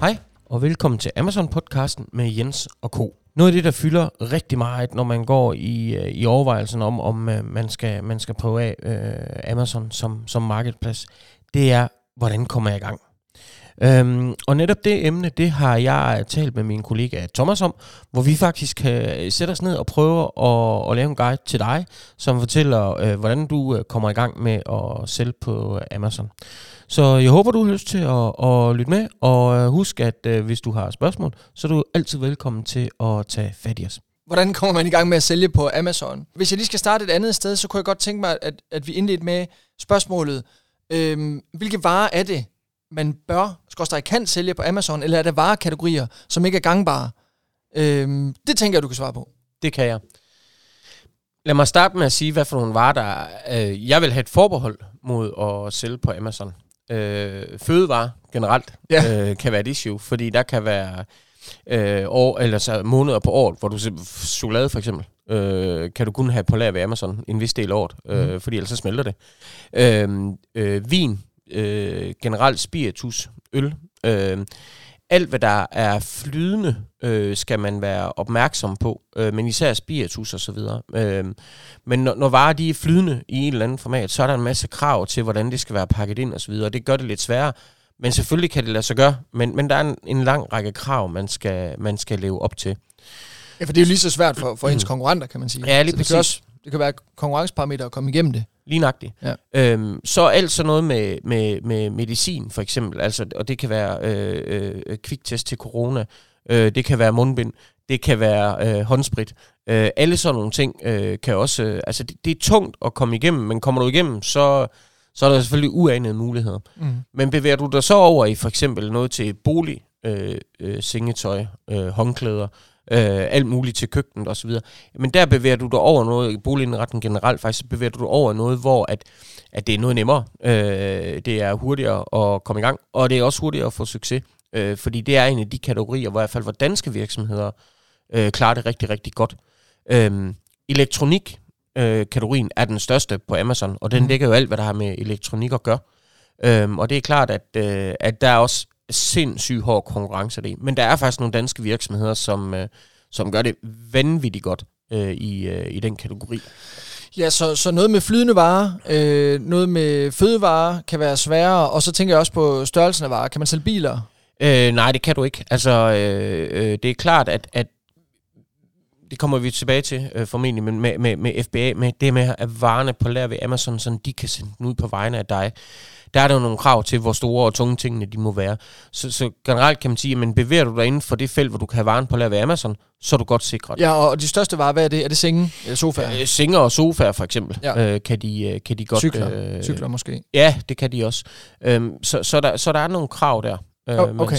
Hej, og velkommen til Amazon-podcasten med Jens og Co. Noget af det, der fylder rigtig meget, når man går i overvejelsen om man skal prøve af Amazon som marketplads, det er, hvordan kommer jeg i gang? Og netop det emne, det har jeg talt med min kollega Thomas om, hvor vi faktisk kan sætte os ned og prøve at lave en guide til dig, som fortæller, hvordan du kommer i gang med at sælge på Amazon. Så jeg håber, du har lyst til at lytte med, og husk, at hvis du har spørgsmål, så er du altid velkommen til at tage fat i os. Hvordan kommer man i gang med at sælge på Amazon? Hvis jeg lige skal starte et andet sted, så kunne jeg godt tænke mig, at vi indledte med spørgsmålet, hvilke varer er det, man kan sælge på Amazon, eller er der varekategorier, som ikke er gangbare? Det tænker jeg, du kan svare på. Det kan jeg. Lad mig starte med at sige, hvad for nogle varer, der jeg vil have et forbehold mod at sælge på Amazon. Fødevarer generelt kan være et issue, fordi der kan være måneder på året, hvor du chokolade for eksempel, kan du kun have på lager ved Amazon en vis del af året, fordi ellers så smelter det. Vin, generelt spiritus, øl, alt hvad der er flydende, skal man være opmærksom på, men især spiritus og så videre. Men når varer de er flydende i en eller anden format, så er der en masse krav til, hvordan det skal være pakket ind og så videre, og det gør det lidt sværere. Men selvfølgelig kan det lade sig gøre, men der er en lang række krav, man skal leve op til. Ja, for det er jo lige så svært for ens konkurrenter, kan man sige. Ja, lige præcis. Det kan være konkurrenceparameter at komme igennem det. Lige nøjagtigt. Ja. Så alt sådan noget med medicin, for eksempel, altså, og det kan være kviktest til corona, det kan være mundbind, det kan være håndsprit. Alle sådan nogle ting kan også... altså, det er tungt at komme igennem, men kommer du igennem, så er der selvfølgelig uanede muligheder. Men bevæger du dig så over i for eksempel noget til bolig, sengetøj, håndklæder, alt muligt til køkkenet og så videre. Men der bevæger du dig over noget, i boligindretning generelt faktisk, bevæger du dig over noget, hvor at det er noget nemmere. Det er hurtigere at komme i gang, og det er også hurtigere at få succes. Fordi det er en af de kategorier, hvor i hvert fald hvor danske virksomheder klarer det rigtig, rigtig godt. Elektronik kategorien er den største på Amazon, og den dækker jo alt, hvad der har med elektronik at gøre. Og det er klart, at der er også sindssygt hård konkurrence af det. Men der er faktisk nogle danske virksomheder, som gør det vanvittigt godt i den kategori. Ja, så noget med flydende varer, noget med fødevarer kan være sværere, og så tænker jeg også på størrelsen af varer. Kan man sælge biler? Nej, det kan du ikke. Altså, det er klart, at det kommer vi tilbage til formentlig, men med FBA, med det med at varerne på lager ved Amazon, så de kan sende den ud på vegne af dig. Der er der jo nogle krav til, hvor store og tunge tingene de må være. Så generelt kan man sige, at bevæger du dig inden for det felt, hvor du kan have varen på lager ved Amazon, så er du godt sikret. Ja, og de største varer, hvad er det? Er det senge eller sofaer? Senger og sofaer for eksempel, kan de godt... Cykler måske? Ja, det kan de også. Så der er nogle krav der. Okay.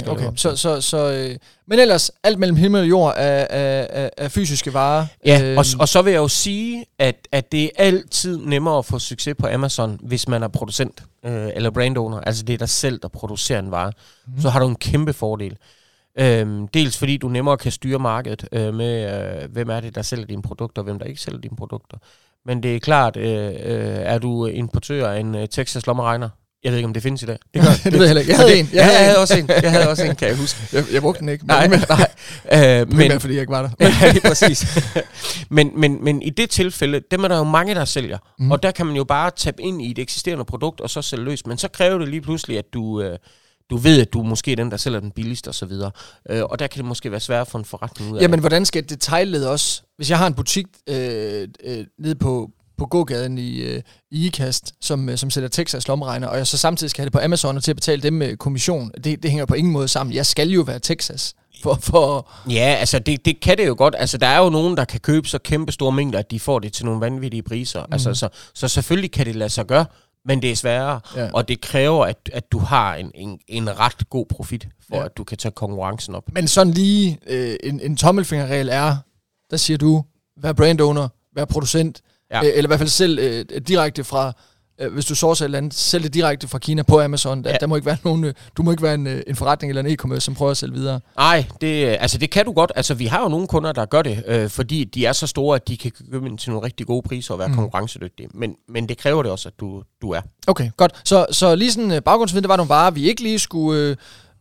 Men ellers, alt mellem himmel og jord er fysiske varer. Ja, og så vil jeg jo sige, at det er altid nemmere at få succes på Amazon, hvis man er producent eller brand owner. Altså det er dig selv, der producerer en vare. Så har du en kæmpe fordel. Dels fordi du nemmere kan styre markedet med, hvem er det, der sælger dine produkter, og hvem der ikke sælger dine produkter. Men det er klart, er du importør af en Texas lommeregner, jeg ved ikke, om det findes i dag. Det ved jeg heller ikke. Jeg havde også en, kan jeg huske. Jeg brugte den ikke. Nej. Men fordi jeg ikke var der. Ja, præcis. men i det tilfælde, dem er der jo mange, der sælger. Og der kan man jo bare tabe ind i et eksisterende produkt, og så sælge løs. Men så kræver det lige pludselig, at du ved, at du måske er den, der sælger den billigste og så videre. Og der kan det måske være svært for en forretning ud af. Jamen, hvordan skal et detailled også? Hvis jeg har en butik nede på gågaden i IKAST, som sælger Texas lommeregner, og jeg så samtidig skal have det på Amazon og til at betale dem med kommission. Det hænger på ingen måde sammen. Jeg skal jo være Texas for... Ja, altså det kan det jo godt. Altså der er jo nogen, der kan købe så kæmpe store mængder, at de får det til nogle vanvittige priser. Altså, så selvfølgelig kan det lade sig gøre, men det er sværere, og det kræver, at du har en ret god profit, for at du kan tage konkurrencen op. Men sådan lige en tommelfingerregel er, der siger du, vær brand owner, vær producent, eller i hvert fald selv direkte fra, hvis du sourcer et eller andet, sælg det direkte fra Kina på Amazon. Der må ikke være nogen, du må ikke være en forretning eller en e-commerce, som prøver at sælge videre. Nej, det kan du godt. Altså, vi har jo nogle kunder, der gør det, fordi de er så store, at de kan købe ind til nogle rigtig gode priser og være konkurrencedygtige. Men det kræver det også, at du er. Okay, godt. Så lige sådan baggrundsviden, der var nogle varer, vi ikke lige skulle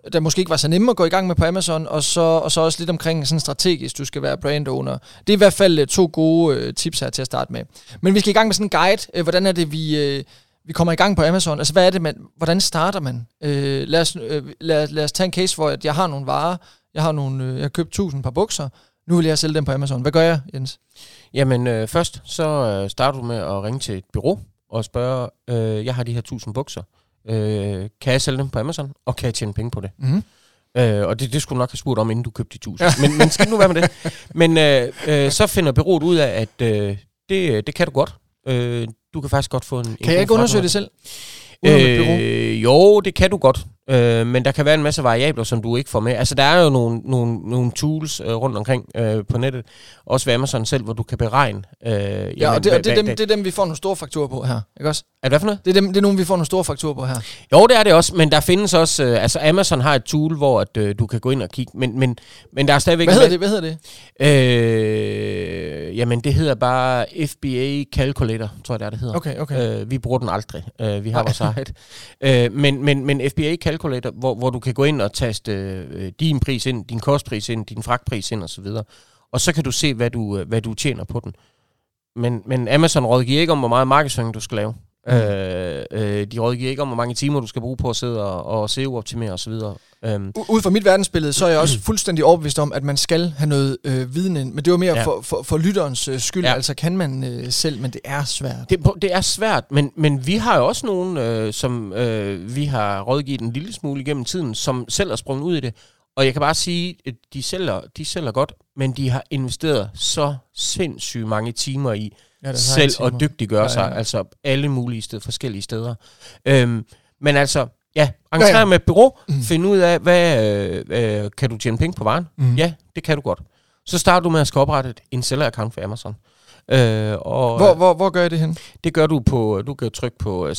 der måske ikke var så nemme at gå i gang med på Amazon, og så også lidt omkring sådan strategisk, du skal være brand owner. Det er i hvert fald 2 gode tips her til at starte med. Men vi skal i gang med sådan en guide. Hvordan er det, vi kommer i gang på Amazon? Altså, hvad er det, hvordan starter man? Lad os tage en case, hvor jeg har nogle varer. Jeg har købt 1000 par bukser. Nu vil jeg sælge dem på Amazon. Hvad gør jeg, Jens? Jamen, først så starter du med at ringe til et bureau og spørge, jeg har de her 1000 bukser. Kan jeg sælge dem på Amazon, og kan jeg tjene penge på det? Mm-hmm. Og det skulle du nok have spurgt om, inden du købte de 1000. Men skal nu være med det. Men så finder bureauet ud af, at det kan du godt. Du kan faktisk godt få en... Kan jeg ikke undersøge det selv? Jo, det kan du godt. Men der kan være en masse variabler, som du ikke får med. Altså, der er jo nogle tools rundt omkring på nettet, også ved Amazon selv, hvor du kan beregne. Det er dem, vi får nogle store fakturer på her, ikke også? Er det hvad for noget? Det er nogen, vi får nogle store fakturer på her. Jo, det er det også, men der findes også... altså, Amazon har et tool, hvor du kan gå ind og kigge, men der er stadigvæk... Hvad hedder det? Jamen, det hedder bare FBA Calculator, tror jeg, det hedder. Okay. Vi bruger den aldrig. Vi har vores eget. Men FBA Calculator, hvor du kan gå ind og taste din pris ind, din kostpris ind, din fragtpris ind osv. Og så kan du se, hvad du tjener på den. Men Amazon rådgiver ikke om, hvor meget markedsføring du skal lave. De rådgiver ikke om, hvor mange timer du skal bruge på at sidde og SEO-optimere osv. Ud fra mit verdensbillede, så er jeg også fuldstændig overbevist om, at man skal have noget viden ind. Men det var mere for lytterens skyld. Ja. Altså kan man selv, men det er svært. Det er svært, men vi har jo også nogen, som vi har rådgivet en lille smule igennem tiden, som selv er sprunget ud i det. Og jeg kan bare sige, at de sælger godt, men de har investeret så sindssygt mange timer i selv at dygtiggøre sig, altså alle mulige forskellige steder. Men altså, entrere med et bureau, finde ud af, hvad kan du tjene penge på varen? Ja, det kan du godt. Så starter du med at skal oprette en seller-account for Amazon. Hvor gør jeg det hen? Det gør du kan trykke på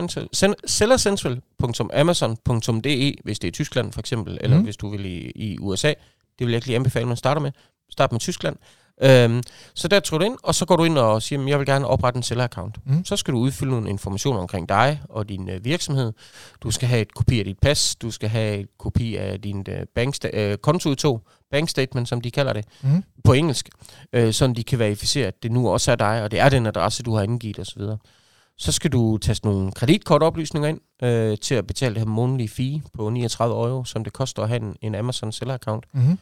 sellercentral.amazon.de, hvis det er Tyskland for eksempel, eller hvis du vil i USA. Det vil jeg ikke lige anbefale, man starter med. Start med Tyskland. Så der trykker du ind, og så går du ind og siger, jeg vil gerne oprette en seller-account. Så skal du udfylde nogle informationer omkring dig og din virksomhed. Du skal have et kopi af dit pas, du skal have et kopi af din kontoudtog, bank statement, som de kalder det, på engelsk, så de kan verificere, at det nu også er dig, og det er den adresse, du har indgivet osv. Så skal du taste nogle kreditkortoplysninger ind til at betale det her månedlige fee på 39 €, som det koster at have en Amazon seller-account.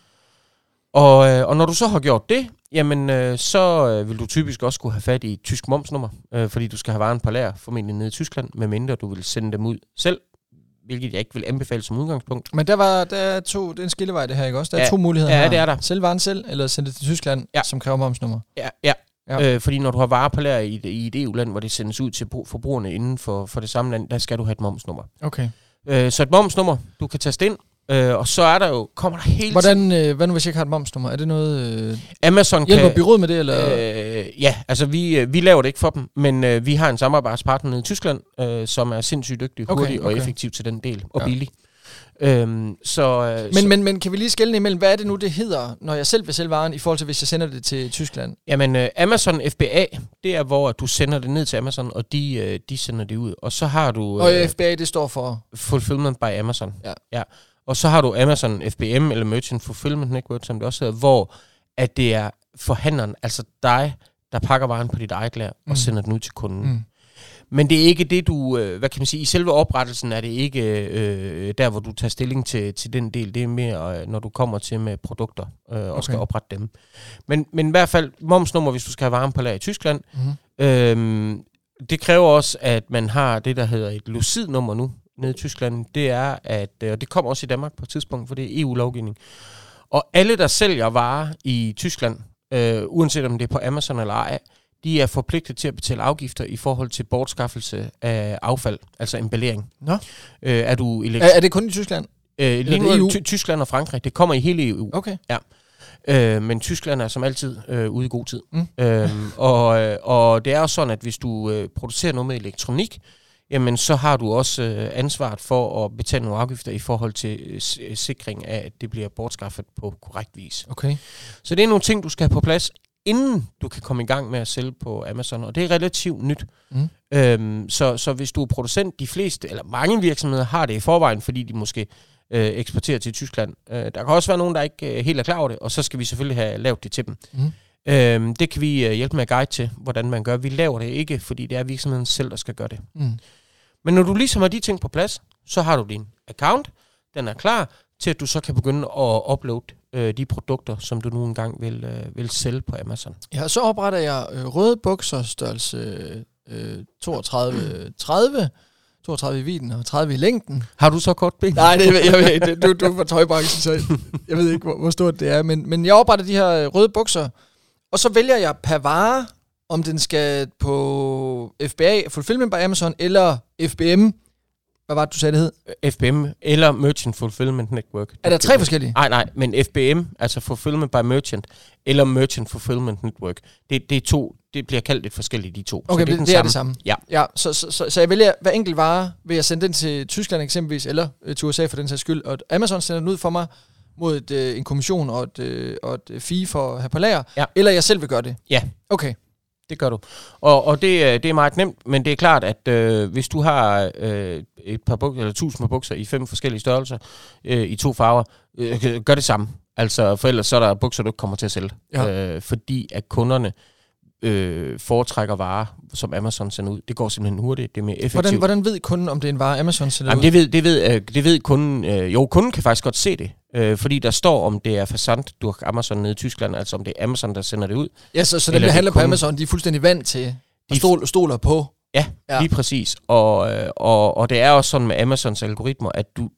Og når du så har gjort det, jamen så vil du typisk også kunne have fat i et tysk momsnummer, fordi du skal have varen på lager, formentlig nede i Tyskland, medmindre du vil sende dem ud selv, hvilket jeg ikke vil anbefale som udgangspunkt. Men det er en skillevej det her, ikke også? Der er 2 muligheder her. Ja, det er der. Sælge varen selv, eller sende det til Tyskland, som kræver momsnummer. Ja. Fordi når du har varer på lager i et EU-land, hvor det sendes ud til forbrugerne inden for det samme land, der skal du have et momsnummer. Okay. Så et momsnummer, du kan taste ind, og så er der kommer der hele tiden... Hvad nu, hvis jeg ikke har et momsnummer? Er det noget... Amazon hjælper bureauet med det, eller...? Ja, altså vi laver det ikke for dem, men vi har en samarbejdspartner nede i Tyskland, som er sindssygt dygtig, hurtig og effektiv til den del, og billig. Men kan vi lige skelne imellem, hvad er det nu, det hedder, når jeg selv vil sælge varen, i forhold til, hvis jeg sender det til Tyskland? Jamen, Amazon FBA, det er, hvor du sender det ned til Amazon, og de sender det ud. Og så har du... Og FBA, det står for? Fulfillment by Amazon. Ja. Og så har du Amazon FBM, eller Merchant Fulfillment Network, som det også hedder, hvor at det er forhandleren, altså dig, der pakker varen på dit eget lager og sender den ud til kunden. Men det er ikke det, du... hvad kan man sige? I selve oprettelsen er det ikke der, hvor du tager stilling til den del. Det er mere, når du kommer til med produkter og skal oprette dem. Men i hvert fald, momsnummer, hvis du skal have varen på lager i Tyskland. Det kræver også, at man har det, der hedder et Lucid-nummer nu nede i Tyskland. Det er, at... og det kommer også i Danmark på et tidspunkt, for det er EU-lovgivning. Og alle, der sælger varer i Tyskland, uanset om det er på Amazon eller ej, de er forpligtet til at betale afgifter i forhold til bortskaffelse af affald, altså emballering. Nå. Er det kun i Tyskland? Lige nu Tyskland og Frankrig. Det kommer i hele EU. Okay. Ja. Men Tyskland er som altid ude i god tid. Og det er også sådan, at hvis du producerer noget med elektronik, jamen så har du også ansvaret for at betale nogle afgifter i forhold til sikring af, at det bliver bortskaffet på korrekt vis. Okay. Så det er nogle ting, du skal have på plads, inden du kan komme i gang med at sælge på Amazon, og det er relativt nyt. Så hvis du er producent, de fleste, eller mange virksomheder har det i forvejen, fordi de måske eksportere til Tyskland. Der kan også være nogen, der ikke helt er klar over det, og så skal vi selvfølgelig have lavet det til dem. Det kan vi hjælpe med at guide til, hvordan man gør. Vi laver det ikke, fordi det er virksomheden selv, der skal gøre det. Men når du ligesom har de ting på plads, så har du din account, den er klar til, at du så kan begynde at uploade de produkter, som du nu engang vil sælge på Amazon. Ja, så opretter jeg røde bukser, størrelse 32 i vidden og 30 i længden. Har du så kort ben? Nej, jeg ved ikke. Du er fra tøjbranchen, så jeg ved ikke, hvor stort det er. Men jeg opretter de her røde bukser, og så vælger jeg per vare, om den skal på FBA, Fulfillment by Amazon, eller FBM. Hvad var det, du sagde, det hed? FBM eller Merchant Fulfillment Network. Er der 3 forskellige? Nej, men FBM, altså Fulfillment by Merchant, eller Merchant Fulfillment Network, det er to, det bliver kaldt lidt forskelligt, de to. Okay, så det er det samme. Ja. Så jeg vælger hver enkelt vare, vil jeg sende den til Tyskland eksempelvis, eller til USA for den sags skyld, og Amazon sender den ud for mig mod en kommission og et fee for at have på lager, eller jeg selv vil gøre det? Ja. Okay. Det gør du. Og det er meget nemt, men det er klart, at hvis du har et par bukser, eller 1000 bukser i 5 forskellige størrelser, i 2 farver, gør det samme. Altså, for ellers så er der bukser, du ikke kommer til at sælge. Ja. Fordi at kunderne foretrækker varer, som Amazon sender ud. Det går simpelthen hurtigt, det er mere effektivt. Hvordan ved kunden, om det er en vare, Amazon sender ud? Det ved kunden. Jo, kunden kan faktisk godt se det. Fordi der står, om det er forsand durch Amazon nede i Tyskland, altså om det er Amazon, der sender det ud. Ja, så dem, der handler på Amazon, de er fuldstændig vant til at stoler på. Ja, lige præcis. Og det er også sådan med Amazons algoritmer, at du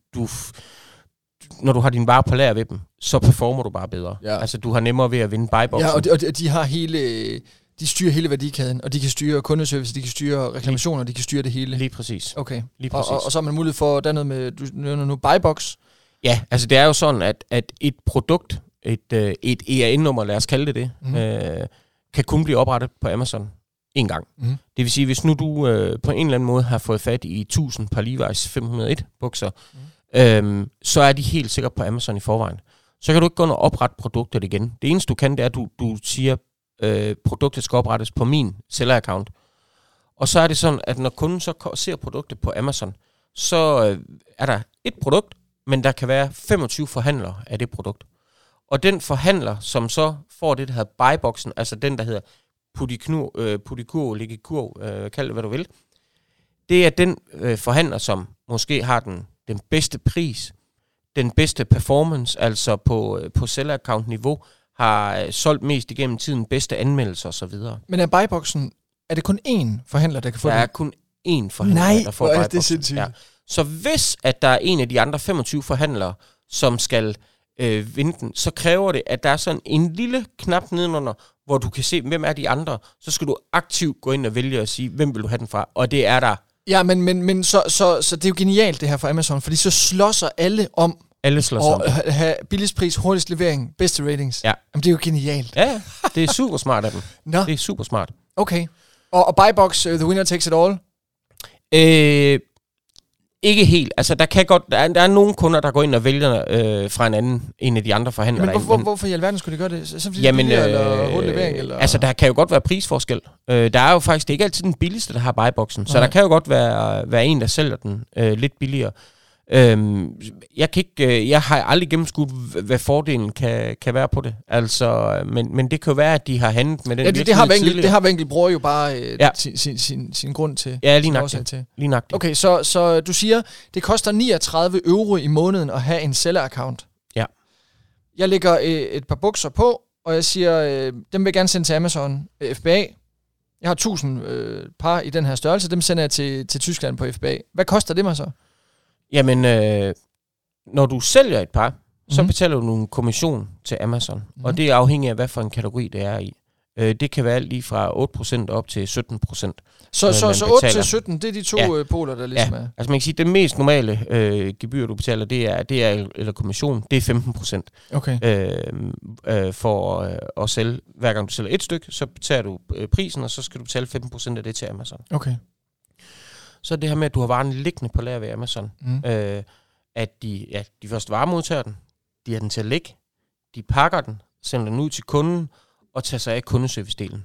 når du har din vare på lager ved dem, så performer du bare bedre. Ja. Altså, du har nemmere ved at vinde buyboxen. Ja, og de har de styrer hele værdikæden, og de kan styre kundeservice, de kan styre reklamationer, de kan styre det hele. Lige præcis. Okay. Lige præcis. Og så har man mulighed for, der er noget med, du nævner nu, buybox. Ja, altså det er jo sådan, at et produkt, et EAN-nummer, lad os kalde det, kan kun blive oprettet på Amazon en gang. Det vil sige, hvis nu du på en eller anden måde har fået fat i 1000 par Levi's 501 bukser, så er de helt sikkert på Amazon i forvejen. Så kan du ikke gå og oprette produktet igen. Det eneste du kan, det er, at du siger, produktet skal oprettes på min seller-account. Og så er det sådan, at når kunden så ser produktet på Amazon, så er der et produkt, men der kan være 25 forhandlere af det produkt. Og den forhandler, som så får det, der hedder buyboxen, altså den, der hedder pudikur, ligikur, kald det, hvad du vil, det er den forhandler, som måske har den bedste pris, den bedste performance, altså på seller-account-niveau, har solgt mest igennem tiden, bedste anmeldelser osv. Men er buyboxen, er det kun én forhandler, der kan få den? Der er kun én forhandler, der får buyboxen. Det er sindssygt. Ja. Så hvis at der er en af de andre 25 forhandlere, som skal vinde den, så kræver det, at der er sådan en lille knap nedenunder, hvor du kan se, hvem er de andre. Så skal du aktivt gå ind og vælge og sige, hvem vil du have den fra? Og det er der. Ja, men så det er jo genialt det her for Amazon, fordi så slåsser alle om at have billigst pris, hurtigst levering, bedste ratings. Ja. Jamen, det er jo genialt. Ja, det er super smart af dem. Nå. Det er super smart. Okay. Og buybox, the winner takes it all? Ikke helt. Altså, der er nogle kunder, der går ind og vælger fra en af de andre forhandlere. Men hvorfor i alverden skulle de gøre det? Så fordi det er billigere, eller hurtig levering? Eller? Altså, der kan jo godt være prisforskel. Der er jo faktisk, det er ikke altid den billigste, der har buyboxen. Så der kan jo godt være en, der sælger den lidt billigere. Jeg har aldrig gennemskudt, hvad fordelen kan være på det. Altså, men det kan jo være, at de har handlet med den virksomhed. Det har hver enkelt bruger jo bare sin grund til. Ja, lige nøjagtigt. Okay, så du siger, det koster 39 euro i måneden at have en seller-account. Ja. Jeg lægger et par bukser på, og jeg siger, dem vil jeg gerne sende til Amazon FBA. Jeg har 1000 par i den her størrelse, dem sender jeg til Tyskland på FBA. Hvad koster det mig så? Jamen, når du sælger et par, så betaler du en kommission til Amazon. Og det er afhængigt af, hvad for en kategori det er i. Det kan være alt lige fra 8% op til 17%. Så 8-17, det er de to poler, der ligesom er? Altså man kan sige, at det mest normale gebyr, du betaler, det er eller kommission, det er 15%. Okay. For at sælge. Hver gang du sælger et stykke, så betaler du prisen, og så skal du betale 15% af det til Amazon. Okay. Så det her med, at du har varen liggende på lager ved Amazon, at de først varemodtager den, de har den til at ligge, de pakker den, sender den ud til kunden, og tager sig af kundeservice-delen.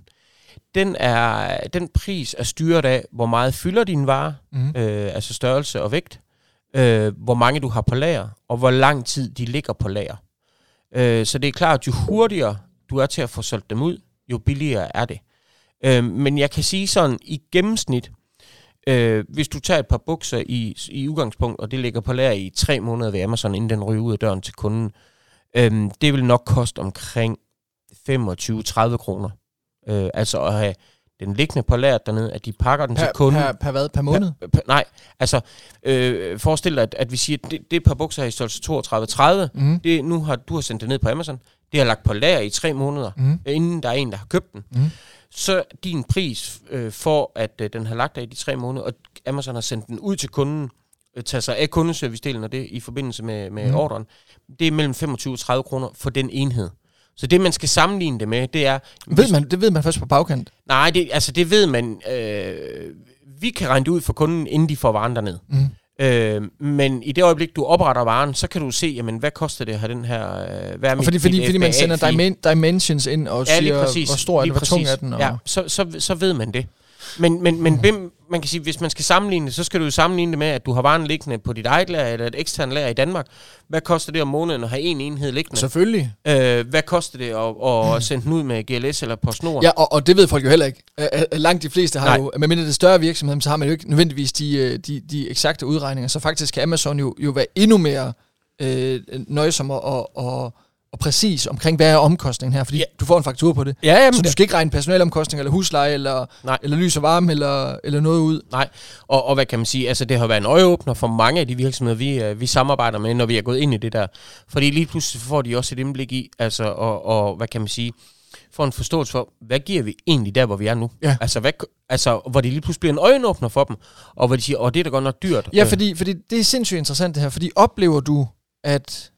Den pris er styret af, hvor meget fylder din vare, altså størrelse og vægt, hvor mange du har på lager, og hvor lang tid de ligger på lager. Så det er klart, at jo hurtigere du er til at få solgt dem ud, jo billigere er det. Men jeg kan sige sådan, i gennemsnit, hvis du tager et par bukser i udgangspunkt, og det ligger på lager i 3 måneder ved Amazon, inden den ryger ud af døren til kunden, det vil nok koste omkring 25-30 kroner. Altså at have den liggende på lager dernede, at de pakker den til kunden. Per hvad? Per måned? Nej, altså forestil dig, at vi siger, at det par bukser her i størrelse 32-30, du har sendt det ned på Amazon, det har lagt på lager i 3 måneder, inden der er en, der har købt den. Så din pris for, at den har lagt der i de 3 måneder, og Amazon har sendt den ud til kunden, tager sig af kundeservice-delen og det i forbindelse med ordren, det er mellem 25 og 30 kroner for den enhed. Så det, man skal sammenligne det med, det er... Det ved man først på bagkant? Nej, det ved man... vi kan regne det ud for kunden, inden de får varen derned. Men i det øjeblik, du opretter varen, så kan du se, jamen, hvad koster det at have den her... Fordi man sender dimensions ind og siger, præcis, hvor stor er den, hvor tung er den. Og... Ja, så ved man det. Men man kan sige, hvis man skal sammenligne det, så skal du jo sammenligne det med, at du har varen liggende på dit eget lager, eller et eksternt lager i Danmark. Hvad koster det om måneden at have en enhed liggende? Selvfølgelig. Hvad koster det at sende den ud med GLS eller PostNord? Ja, og det ved folk jo heller ikke. Langt de fleste har jo, medmindre det større virksomhed, så har man jo ikke nødvendigvis de eksakte udregninger. Så faktisk kan Amazon jo være endnu mere nøjsom og præcis omkring, hvad er omkostningen her, fordi du får en faktur på det. Så du skal ikke regne personalomkostning, eller husleje, eller lys og varme, eller noget ud. Nej, og hvad kan man sige, altså det har været en øjeåbner for mange af de virksomheder, vi samarbejder med, når vi er gået ind i det der. Fordi lige pludselig får de også et indblik i, altså, og hvad kan man sige, får en forståelse for, hvad giver vi egentlig der, hvor vi er nu? Ja. Altså, hvor det lige pludselig bliver en øjenåbner for dem, og hvor de siger, det er da godt nok dyrt. Ja, fordi det er sindssygt interessant det her, fordi oplever du, at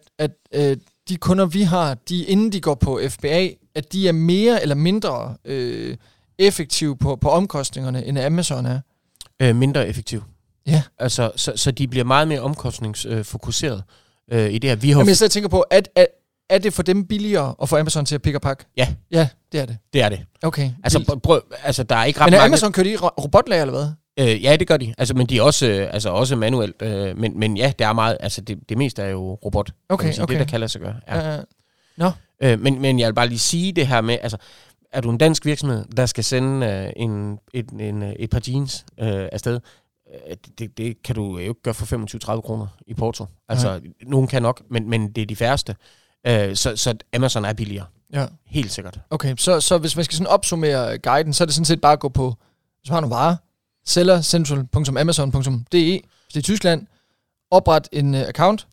de kunder, vi har, inden de går på FBA, at de er mere eller mindre effektive på omkostningerne, end Amazon er? Mindre effektive. Ja. Altså, så de bliver meget mere omkostningsfokuseret i det her. Jamen, jeg tænker på, er det for dem billigere at få Amazon til at pick og pakke? Ja. Ja, det er det. Det er det. Okay. Altså, der er ikke ret mange... Men Amazon kører de i robotlager, eller hvad? Ja, det gør de. Altså, men de er også manuelt. Men ja, det er meget... Altså, det meste er jo robot. Okay. Det, der kan lade sig gøre. Ja. No. Men jeg vil bare lige sige det her med... Altså, er du en dansk virksomhed, der skal sende et par jeans afsted, det kan du jo ikke gøre for 25-30 kroner i porto. Altså, nogen kan nok, men det er de færreste. Så Amazon er billigere. Ja. Helt sikkert. Okay, så hvis man skal sådan opsummere guiden, så er det sådan set bare at gå på, hvis man har nogle varer, sellercentral.amazon.de, hvis det er Tyskland, opret en account,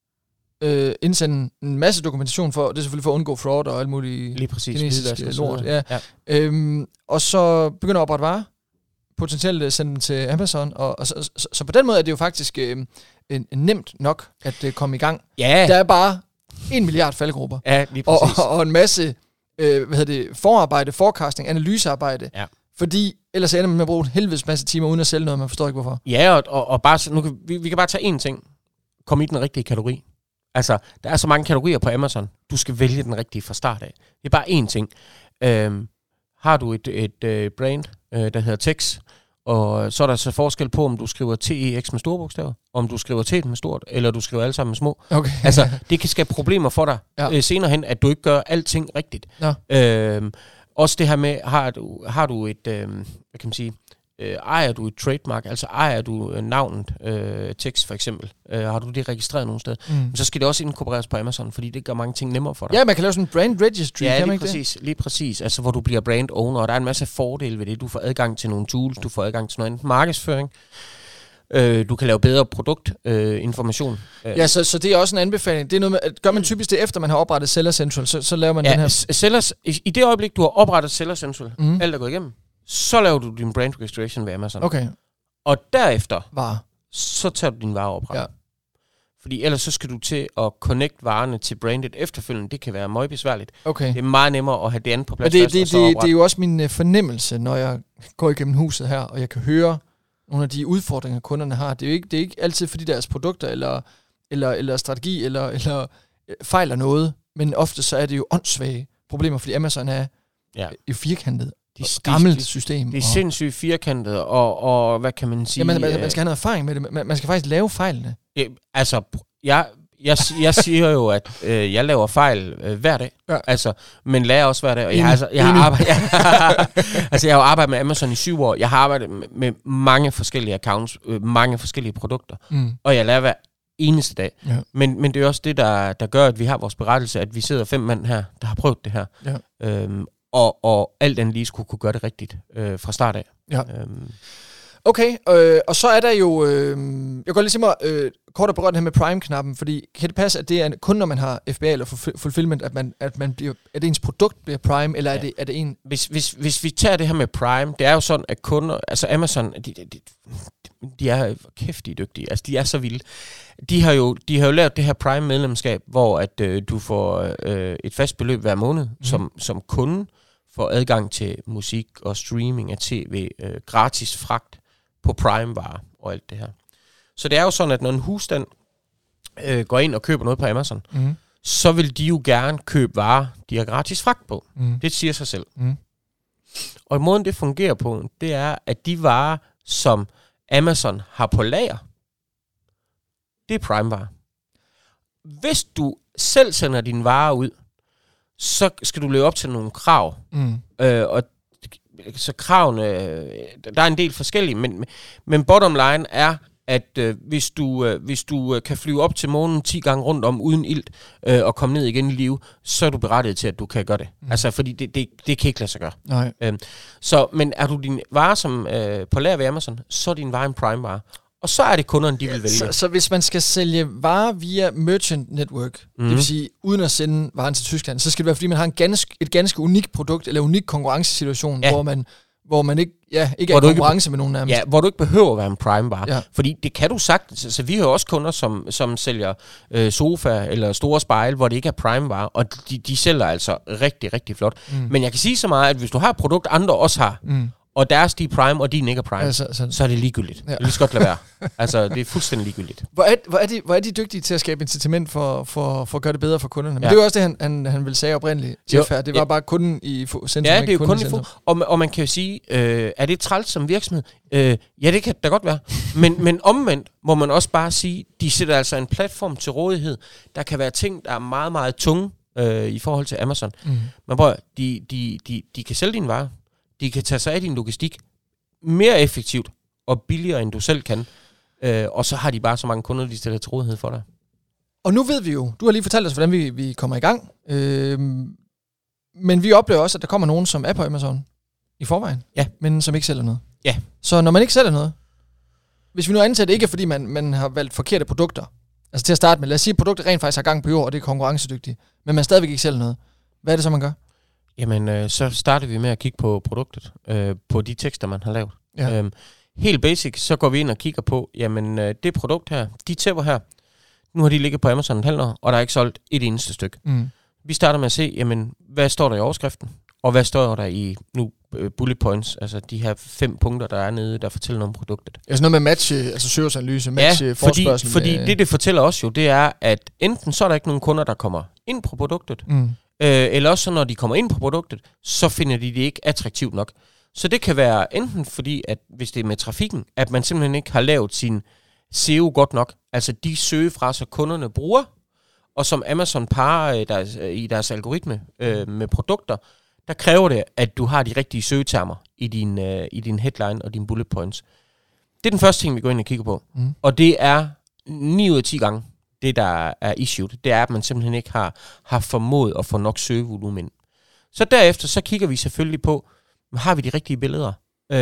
indsende en masse dokumentation for, det er selvfølgelig for at undgå fraud og alt muligt lige præcis, kinesisk lort. Ja. Og så begynder at oprette varer, potentielt sende dem til Amazon, og så på den måde er det jo faktisk nemt nok at komme i gang. Ja. Der er bare 1 milliard faldgrupper. Ja, lige præcis. Og en masse forarbejde, forecasting, analysearbejde. Ja. Fordi ellers ender man med at bruge en helvedes masse timer uden at sælge noget, man forstår ikke hvorfor. Ja, og bare vi kan bare tage én ting. Kom i den rigtige kategori. Altså, der er så mange kategorier på Amazon. Du skal vælge den rigtige fra start af. Det er bare én ting. Har du et brand, der hedder Tex, og så er der så forskel på, om du skriver TEX med store bogstaver, om du skriver T med stort, eller du skriver alle sammen med små. Okay. Altså, det kan skabe problemer for dig senere hen, at du ikke gør alting rigtigt. Ja. Også det her med, har du et, hvad kan man sige, ejer du et trademark, altså ejer du navnet Tex for eksempel, har du det registreret nogen sted, så skal det også inkorporeres på Amazon, fordi det gør mange ting nemmere for dig. Ja, man kan lave sådan en brand registry, ja, kan man ikke det? Lige præcis, altså hvor du bliver brand owner, og der er en masse fordele ved det. Du får adgang til nogle tools, du får adgang til noget markedsføring, du kan lave bedre produktinformation. Ja, så det er også en anbefaling. Det er noget med, gør man typisk det efter man har oprettet Seller Central, så laver man den her. I det øjeblik du har oprettet Seller Central, alt er gået igennem, så laver du din brand registration ved Amazon. Okay. Og derefter så tager du din vare opret. Ja. Fordi ellers så skal du til at connect varerne til brandet efterfølgende. Det kan være meget besværligt. Okay. Det er meget nemmere at have det andet på plads. Det er jo også min fornemmelse, når jeg går igennem huset her, og jeg kan høre nogle af de udfordringer, kunderne har. Det er ikke altid, fordi deres produkter eller strategi eller fejler noget, men ofte så er det jo åndssvage problemer, fordi Amazon er jo firkantet. gammelt system. Det er sindssygt firkantet, og hvad kan man sige? Ja, man skal have noget erfaring med det. Man skal faktisk lave fejlene. Altså, jeg siger jo, at jeg laver fejl hver dag, altså, men lærer også hver dag. Og jeg har jo arbejdet med Amazon i 7 år. Jeg har arbejdet med mange forskellige accounts, mange forskellige produkter, og jeg lærer hver eneste dag. Ja. Men det er også det, der gør, at vi har vores berettelse, at vi sidder 5 mand her, der har prøvet det her. Ja. Og alt andet lige skulle kunne gøre det rigtigt fra start af. Ja. Okay, og så er der jo... jeg går lige sige mig kort og berørt her med Prime-knappen, fordi kan det passe, at det er kun når man har FBA eller fulfillment, at man bliver, at ens produkt bliver Prime, eller er det en... Hvis vi tager det her med Prime, det er jo sådan, at kunder... Altså Amazon, de er kæftigt dygtige. Altså de er så vilde. De har jo lavet det her Prime-medlemskab, hvor at du får et fast beløb hver måned, som kunde får adgang til musik og streaming af tv, gratis fragt på Prime-varer og alt det her. Så det er jo sådan, at når en husstand går ind og køber noget på Amazon, så vil de jo gerne købe varer, de har gratis fragt på. Det siger sig selv. Og måden det fungerer på, det er, at de varer, som Amazon har på lager, det er Prime-varer. Hvis du selv sender dine varer ud, så skal du leve op til nogle krav. Og så kravene, der er en del forskellige, men bottom line er, at hvis du kan flyve op til månen 10 gange rundt om uden ilt og komme ned igen i live, så er du berettiget til, at du kan gøre det. Altså, fordi det kan ikke lade sig gøre. Nej. Men er du din vare som på lager ved Amazon, så er din vare en Prime-vare. Og så er det kunderne, de vil vælge. Så hvis man skal sælge varer via Merchant Network, det vil sige uden at sende varen til Tyskland, så skal det være, fordi man har et ganske unikt produkt, eller unik konkurrencesituation, hvor man ikke er i konkurrence med nogen nærmest. Ja, hvor du ikke behøver at være en Prime-vare. Ja. Fordi det kan du sagtens. Så vi har jo også kunder, som sælger sofa eller store spejl, hvor det ikke er Prime-vare, og de sælger altså rigtig, rigtig flot. Men jeg kan sige så meget, at hvis du har et produkt, andre også har, og deres de er Prime, og din ikke er Prime, så er det ligegyldigt. Ja. Det er lige så godt lade være. Altså, det er fuldstændig ligegyldigt. Hvor er de dygtige til at skabe incitament for at gøre det bedre for kunderne? Men det er jo også det, han ville sige oprindeligt. Det var bare kunden i centrum. Ja, det er jo kunden i centrum. Og man kan jo sige, er det træls som virksomhed? Ja, det kan da godt være. Men omvendt må man også bare sige, de sætter altså en platform til rådighed. Der kan være ting, der er meget, meget tunge i forhold til Amazon. Men prøv, de kan sælge dine varer. De kan tage sig af din logistik mere effektivt og billigere, end du selv kan. Og så har de bare så mange kunder, de stiller til rådighed for dig. Og nu ved vi jo, du har lige fortalt os, hvordan vi kommer i gang. Men vi oplever også, at der kommer nogen, som er på Amazon i forvejen, men som ikke sælger noget. Ja. Så når man ikke sælger noget, hvis vi nu antager det ikke er, fordi man har valgt forkerte produkter, altså til at starte med, lad os sige, at produktet rent faktisk har gang på jord, og det er konkurrencedygtigt, men man stadigvæk ikke sælger noget. Hvad er det så, man gør? Jamen, så starter vi med at kigge på produktet, på de tekster, man har lavet. Ja. Helt basic, så går vi ind og kigger på, jamen, det produkt her, de tæpper her, nu har de ligget på Amazon en halv år, og der er ikke solgt et eneste stykke. Vi starter med at se, jamen, hvad står der i overskriften, og hvad står der i nu bullet points, altså de her 5 punkter, der er nede, der fortæller noget om produktet. Altså noget med match, altså søgeanalyse, match, forespørgsel. Fordi det fortæller os jo, det er, at enten så er der ikke nogen kunder, der kommer ind på produktet, eller også så når de kommer ind på produktet, så finder de det ikke attraktivt nok. Så det kan være enten fordi, at hvis det er med trafikken, at man simpelthen ikke har lavet sin SEO godt nok, altså de søgefraser kunderne bruger, og som Amazon parer i deres algoritme med produkter, der kræver det, at du har de rigtige søgetermer i din headline og dine bullet points. Det er den første ting, vi går ind og kigger på. Og det er 9 ud af 10 gange det, der er issued. Det er, at man simpelthen ikke har formået at få nok søgevolumen. Så derefter, så kigger vi selvfølgelig på, har vi de rigtige billeder?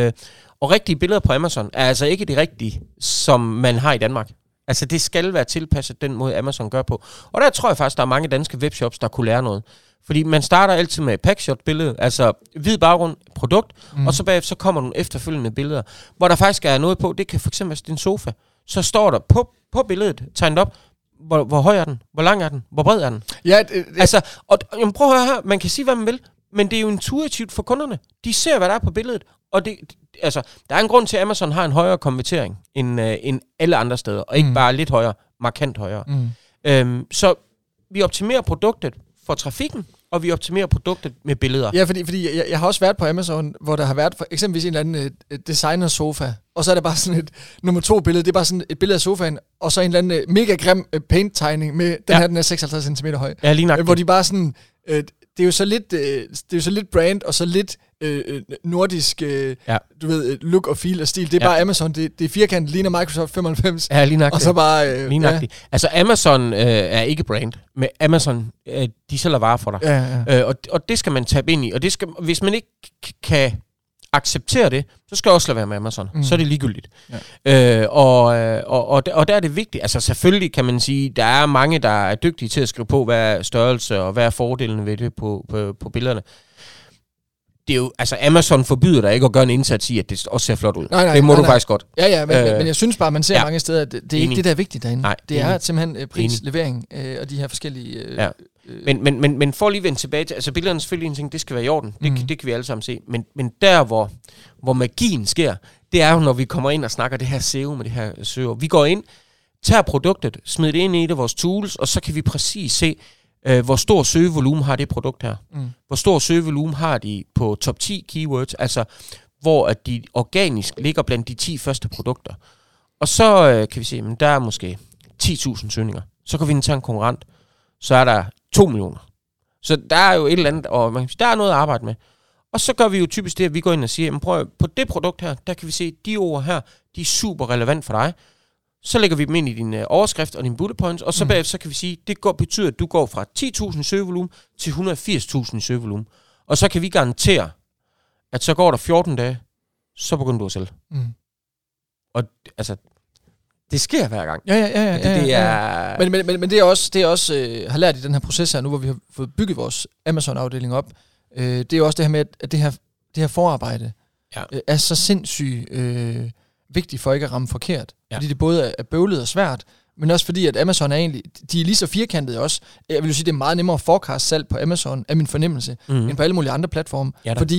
Og rigtige billeder på Amazon er altså ikke de rigtige, som man har i Danmark. Altså det skal være tilpasset den måde, Amazon gør på. Og der tror jeg faktisk, der er mange danske webshops, der kunne lære noget. Fordi man starter altid med et packshot-billede, altså hvid baggrund, produkt, og så bagefter så kommer nogle efterfølgende billeder, hvor der faktisk er noget på. Det kan fx være din sofa. Så står der på billedet, tegnet op, hvor høj er den, hvor lang er den, hvor bred er den. Ja, altså, og jamen, prøv at høre her, man kan sige, hvad man vil, men det er jo intuitivt for kunderne. De ser, hvad der er på billedet, og altså, der er en grund til, at Amazon har en højere konvertering end alle andre steder, og ikke bare lidt højere, markant højere. Så vi optimerer produktet for trafikken, og vi optimerer produktet med billeder. Ja, fordi jeg har også været på Amazon, hvor der har været for eksempelvis en eller anden designer-sofa, og så er der bare sådan et nummer 2 billede, det er bare sådan et billede af sofaen, og så en eller anden mega grim paint-tegning med, den er 56 cm høj. Ja, lige nok. Hvor de bare sådan, det er jo så lidt brand, og så lidt nordisk, du ved, look og feel og stil. Det er bare Amazon, det er firkantet, ligner Microsoft 95. Ja, lige nok. Og så bare... lige nok. Altså, Amazon er ikke brand, men Amazon, de sælger varer for dig. Ja. Og det skal man tabe ind i. Og det skal, hvis man ikke kan acceptere det, så skal jeg også lade være med Amazon. Så er det ligegyldigt. Ja. Og der er det vigtigt. Altså selvfølgelig kan man sige, der er mange, der er dygtige til at skrive på, hvad er størrelse og hvad er fordelen ved det på billederne. Det er jo, altså Amazon forbyder dig ikke at gøre en indsats i, at det også ser flot ud. Nej, det må du faktisk godt. Ja, men jeg synes bare, man ser mange steder, at det er ikke det, der er vigtigt derinde. Nej, det er simpelthen pris, levering og de her forskellige... Men for lige at vende tilbage til, altså billederne selvfølgelig en ting, det skal være i orden. Det kan vi alle sammen se. Men der, hvor magien sker, det er jo, når vi kommer ind og snakker det her SEO med det her søger. Vi går ind, tager produktet, smider det ind i et af vores tools, og så kan vi præcis se, hvor stor søgevolumen har det produkt her. Hvor stor søgevolumen har de på top 10 keywords, altså hvor at de organisk ligger blandt de 10 første produkter. Og så kan vi se, at der er måske 10.000 søgninger. Så kan vi tage en konkurrent, så er der 2 millioner. Så der er jo et eller andet, og man kan sige, der er noget at arbejde med. Og så gør vi jo typisk det, at vi går ind og siger, prøv, på det produkt her, der kan vi se, at de ord her, de er super relevant for dig. Så lægger vi dem ind i din overskrift og dine bullet points, og så bagefter så kan vi sige, det betyder, at du går fra 10.000 søgevolumen til 180.000 søgevolumen. Og så kan vi garantere, at så går der 14 dage, så begynder du at sælge. Og altså, det sker hver gang. Ja. Men det er også har lært i den her proces her nu, hvor vi har fået bygget vores Amazon-afdeling op. Det er jo også det her med, at det her forarbejde er så sindssygt vigtigt for ikke at ramme forkert. Fordi det både er bøvlet og svært, men også fordi, at Amazon er egentlig, de er lige så firkantede også. Jeg vil jo sige, det er meget nemmere at forecast salg på Amazon, af min fornemmelse, end på alle mulige andre platforme.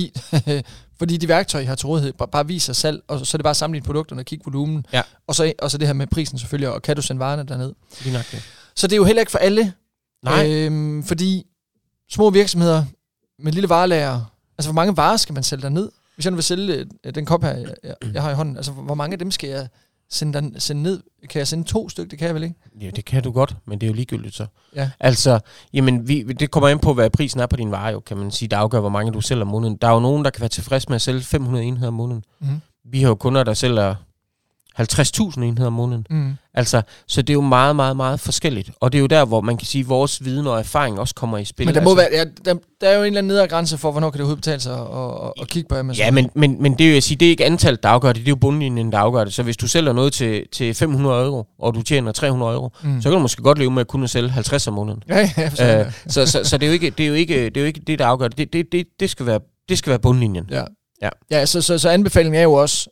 Fordi de værktøjer, jeg har til rådighed, bare viser salg, og så er det bare at sammenligne produkterne og kigge volumen. Ja. Og så det her med prisen selvfølgelig, og kan du sende varerne derned. Lige nok det. Så det er jo heller ikke for alle. Nej. Fordi små virksomheder med lille varelager, altså hvor mange varer skal man sælge derned? Hvis jeg nu vil sælge den kop her, jeg har i hånden, altså hvor mange af dem skal jeg sende ned? Kan jeg sende 2 stykker? Det kan jeg vel ikke? Ja, det kan du godt, men det er jo ligegyldigt så. Ja. Altså, jamen, det kommer ind på, hvad prisen er på din vare, jo, kan man sige. Der afgør, hvor mange du sælger om måneden. Der er jo nogen, der kan være tilfreds med at sælge 500 enheder om måneden. Vi har jo kunder, der sælger 50.000 enheder om måneden. Altså, så det er jo meget, meget, meget forskelligt. Og det er jo der, hvor man kan sige, at vores viden og erfaring også kommer i spil. Men der må være, der er jo en eller anden nedre grænse for, hvornår kan det overhovedet betale sig at kigge på Amazon. Ja, men det er jo at sige, det er ikke antallet, der afgør det. Det er jo bundlinjen, der afgør det. Så hvis du sælger noget til 500 euro, og du tjener 300 euro, så kan du måske godt leve med at kunne sælge 50 om måneden. Så det er jo ikke det, der afgør det. Det skal være bundlinjen. Ja, så anbefalingen er jo også...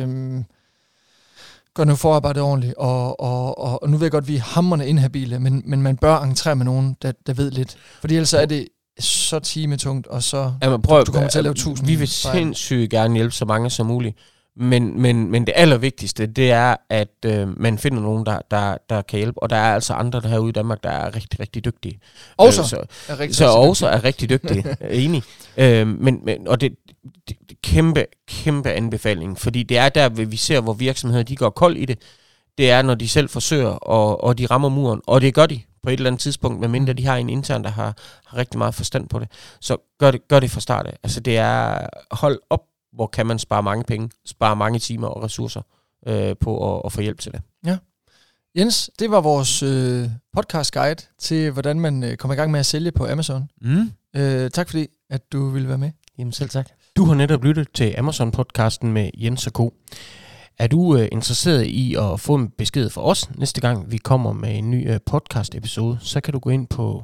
gør noget forarbejde ordentligt, og nu ved jeg godt, at vi er hamrende inhabile, men man bør entrere med nogen, der ved lidt. Fordi ellers er det så timetungt, og så du kommer til at lave 1000. Vi vil sindssygt gerne hjælpe så mange som muligt, men det allervigtigste, det er, at man finder nogen, der kan hjælpe, og der er altså andre der herude i Danmark, der er rigtig, rigtig dygtige. Også er rigtig dygtige, enig. Og det kæmpe anbefaling, fordi det er der, vi ser, hvor virksomheder de går kold i det. Det er, når de selv forsøger, og de rammer muren, og det gør de på et eller andet tidspunkt, medmindre de har en intern, der har rigtig meget forstand på det. Så gør det fra start af. Altså det er, hold op, hvor kan man spare mange penge, spare mange timer og ressourcer på at få hjælp til det. Ja. Jens, det var vores podcast guide til, hvordan man kommer i gang med at sælge på Amazon. Tak fordi, at du ville være med. Jamen selv tak. Du har netop lyttet til Amazon-podcasten med Jens og Ko. Er du interesseret i at få en besked fra os næste gang, vi kommer med en ny podcast-episode, så kan du gå ind på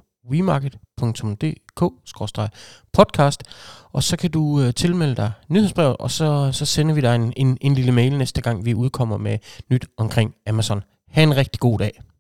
wemarket.dk/podcast, og så kan du tilmelde dig nyhedsbrevet, og så sender vi dig en lille mail næste gang, vi udkommer med nyt omkring Amazon. Ha' en rigtig god dag.